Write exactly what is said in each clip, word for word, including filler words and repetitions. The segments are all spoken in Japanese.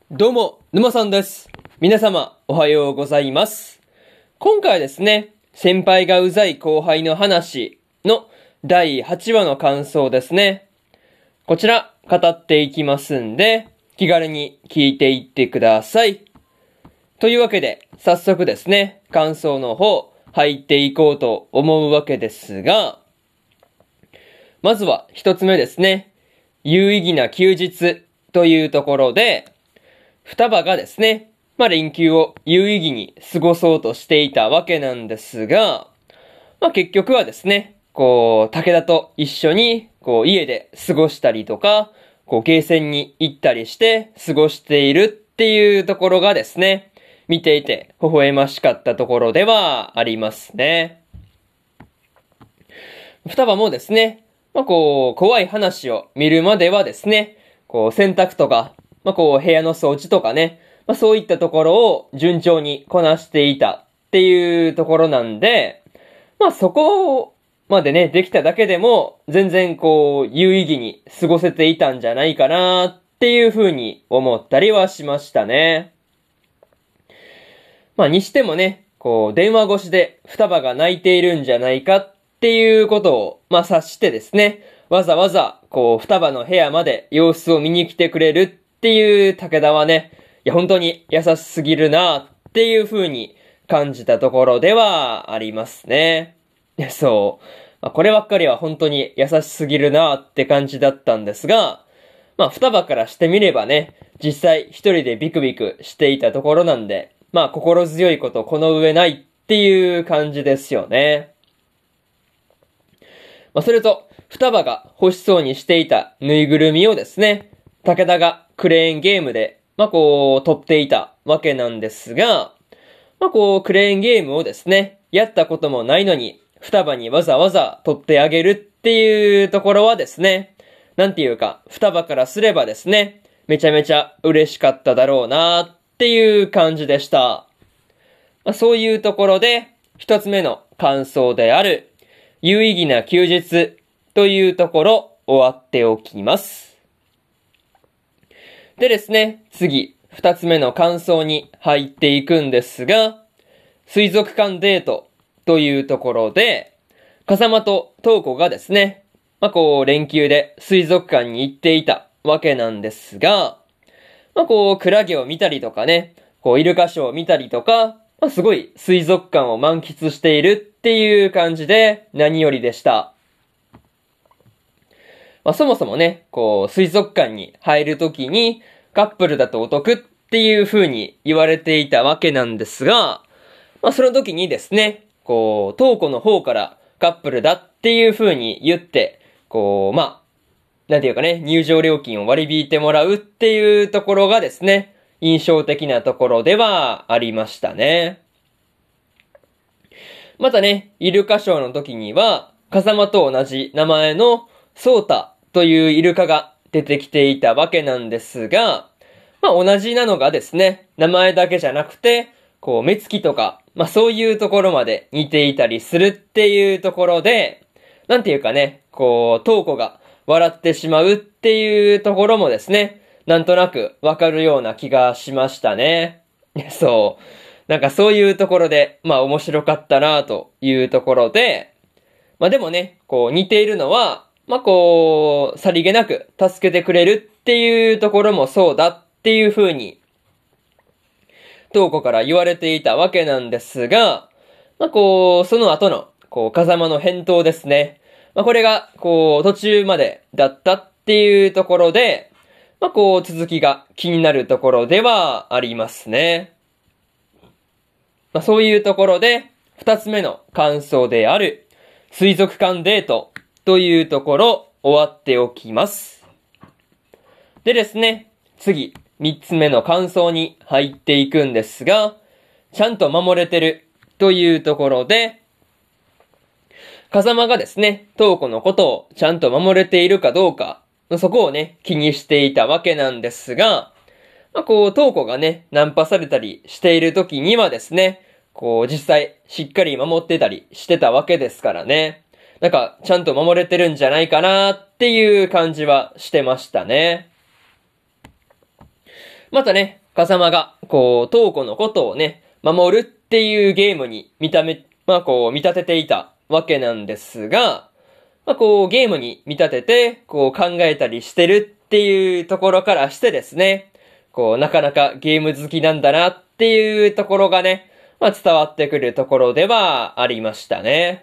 どうも、沼さんです。皆様、おはようございます。今回はですね、先輩がうざい後輩の話のだいはちわの感想ですね。こちら、語っていきますんで、気軽に聞いていってください。というわけで、早速ですね、感想の方、入っていこうと思うわけですが、まずは一つ目ですね、有意義な休日というところで、双葉がですね、まあ連休を有意義に過ごそうとしていたわけなんですが、まあ結局はですね、こう、武田と一緒に、こう家で過ごしたりとか、こうゲーセンに行ったりして過ごしているっていうところがですね、見ていて微笑ましかったところではありますね。双葉もですね、まあこう、怖い話を見るまではですね、こう洗濯とか、まあ、こう、部屋の掃除とかね、まあ、そういったところを順調にこなしていたっていうところなんで、まあ、そこまでね、できただけでも、全然こう、有意義に過ごせていたんじゃないかなっていうふうに思ったりはしましたね。まあ、にしてもね、こう、電話越しで双葉が泣いているんじゃないかっていうことを、まあ、察してですね、わざわざ、こう、双葉の部屋まで様子を見に来てくれるっていう武田はね、いや本当に優しすぎるなっていう風に感じたところではありますね。そう。まあ、こればっかりは本当に優しすぎるなって感じだったんですが、まあ双葉からしてみればね、実際一人でビクビクしていたところなんで、まあ心強いことこの上ないっていう感じですよね。まあそれと、双葉が欲しそうにしていたぬいぐるみをですね、武田がクレーンゲームで、まあ、こう、撮っていたわけなんですが、まあ、こう、クレーンゲームをですね、やったこともないのに、双葉にわざわざ撮ってあげるっていうところはですね、なんていうか、双葉からすればですね、めちゃめちゃ嬉しかっただろうなっていう感じでした。まあ、そういうところで、一つ目の感想である、有意義な休日というところ、終わっておきます。でですね、次、二つ目の感想に入っていくんですが、水族館デートというところで、風間と東子がですね、まあ、こう、連休で水族館に行っていたわけなんですが、まあ、こう、クラゲを見たりとかね、こう、イルカショーを見たりとか、まあ、すごい水族館を満喫しているっていう感じで何よりでした。まあ、そもそもね、こう、水族館に入るときに、カップルだとお得っていう風に言われていたわけなんですが、まあ、その時にですね、こう、東子の方からカップルだっていう風に言って、こう、まあ、なんていうかね、入場料金を割り引いてもらうっていうところがですね、印象的なところではありましたね。またね、イルカショーの時には、風間と同じ名前のソータというイルカが出てきていたわけなんですが、まあ同じなのがですね、名前だけじゃなくて、こう目つきとか、まあそういうところまで似ていたりするっていうところで、なんていうかね、こう、東子が笑ってしまうっていうところもですね、なんとなくわかるような気がしましたね。そう。なんかそういうところで、まあ面白かったなというところで、まあでもね、こう似ているのは、まあこう、さりげなく助けてくれるっていうところもそうだっていう風に、東子から言われていたわけなんですが、まあこう、その後の、こう、風間の返答ですね。まあこれが、こう、途中までだったっていうところで、まあこう、続きが気になるところではありますね。まあ、そういうところで、二つ目の感想である、水族館デートというところ、終わっておきます。でですね、次、三つ目の感想に入っていくんですが、ちゃんと守れてるというところで、風間がですね、東子のことをちゃんと守れているかどうか、そこをね、気にしていたわけなんですが、まあ、こう、東子がね、ナンパされたりしている時にはですね、こう、実際、しっかり守ってたりしてたわけですからね。なんか、ちゃんと守れてるんじゃないかなっていう感じはしてましたね。 またね、風間が、こう、東子のことをね、守るっていうゲームに見た目、まあこう、見立てていたわけなんですが、まあこう、ゲームに見立てて、こう考えたりしてるっていうところからしてですね、こう、なかなかゲーム好きなんだなっていうところがね、まあ伝わってくるところではありましたね。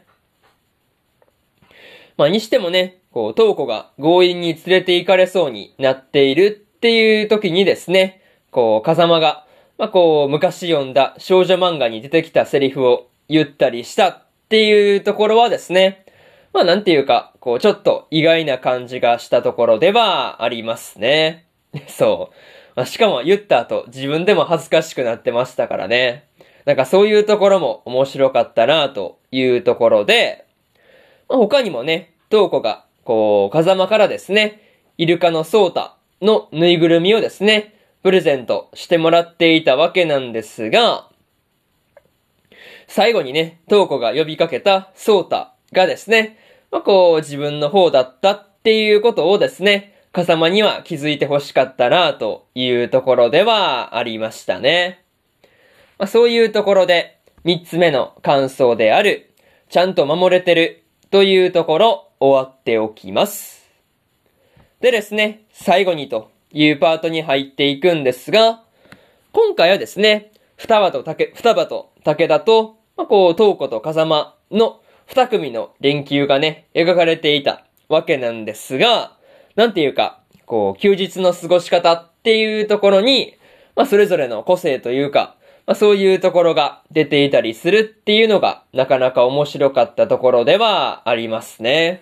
まあにしてもね、こう、東子が強引に連れて行かれそうになっているっていう時にですね、こう、風間が、まあこう、昔読んだ少女漫画に出てきたセリフを言ったりしたっていうところはですね、まあなんていうか、こう、ちょっと意外な感じがしたところではありますね。そう。まあ、しかも言った後、自分でも恥ずかしくなってましたからね。なんかそういうところも面白かったなというところで、まあ、他にもね、東子が、こう、風間からですね、イルカのソータのぬいぐるみをですね、プレゼントしてもらっていたわけなんですが、最後にね、東子が呼びかけたソータがですね、まあ、こう、自分の方だったっていうことをですね、風間には気づいて欲しかったなというところではありましたね。まあ、そういうところで、三つ目の感想である、ちゃんと守れてるというところ終わっておきます。でですね、最後にというパートに入っていくんですが、今回はですね、双葉と竹、双葉と武田と、まあ、こう、東子と風間の二組の連休がね、描かれていたわけなんですが、なんていうか、こう、休日の過ごし方っていうところに、まあ、それぞれの個性というか、まあ、そういうところが出ていたりするっていうのが、なかなか面白かったところではありますね。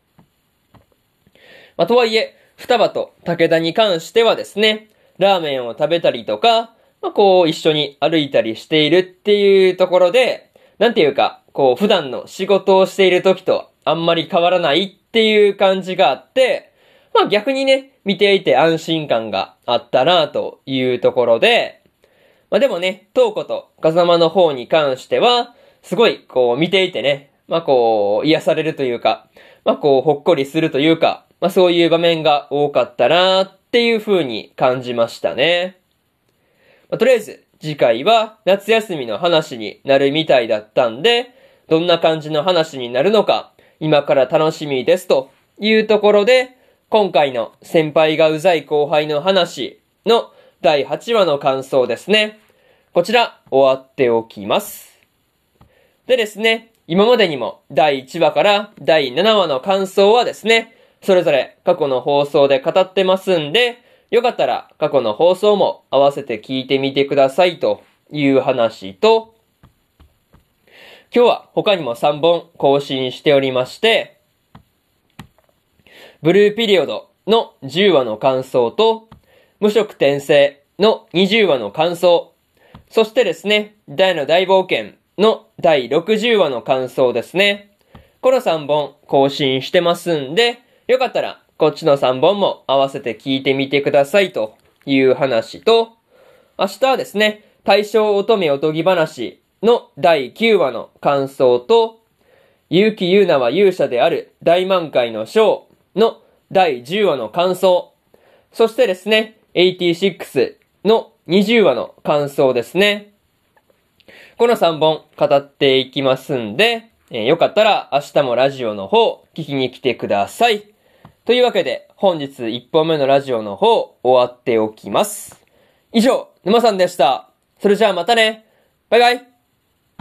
まあ、とはいえ、双葉と武田に関してはですね、ラーメンを食べたりとか、まあ、こう、一緒に歩いたりしているっていうところで、なんていうか、こう、普段の仕事をしている時とあんまり変わらないっていう感じがあって、まあ逆にね、見ていて安心感があったなというところで、まあでもね、東子と風間の方に関しては、すごいこう見ていてね、まあこう癒されるというか、まあこうほっこりするというか、まあそういう場面が多かったなっていう風に感じましたね。まあ、とりあえず次回は夏休みの話になるみたいだったんで、どんな感じの話になるのか、今から楽しみですというところで、今回の先輩がうざい後輩の話のだいはちわの感想ですね。こちら終わっておきます。でですね、今までにもだいいちわからだいななわの感想はですね、それぞれ過去の放送で語ってますんで、よかったら過去の放送も合わせて聞いてみてくださいという話と、今日は他にもさんぼん更新しておりまして、ブルーピリオドのじゅうわの感想と、無色転生のにじゅうわの感想、そしてですね、大の大冒険のだいろくじゅうわの感想ですね。このさんぼん更新してますんで、よかったらこっちのさんぼんも合わせて聞いてみてくださいという話と、明日はですね、大正乙女おとぎ話のだいきゅうわの感想と、結城優奈は勇者である大満開のショーのだいじゅうわの感想、そしてですね、はちじゅうろくのにじゅうわの感想ですね。このさんぼん語っていきますんで、えー、よかったら明日もラジオの方聞きに来てください。というわけで本日いっぽんめのラジオの方終わっておきます。以上、沼さんでした。それじゃあまたね。バイバイ。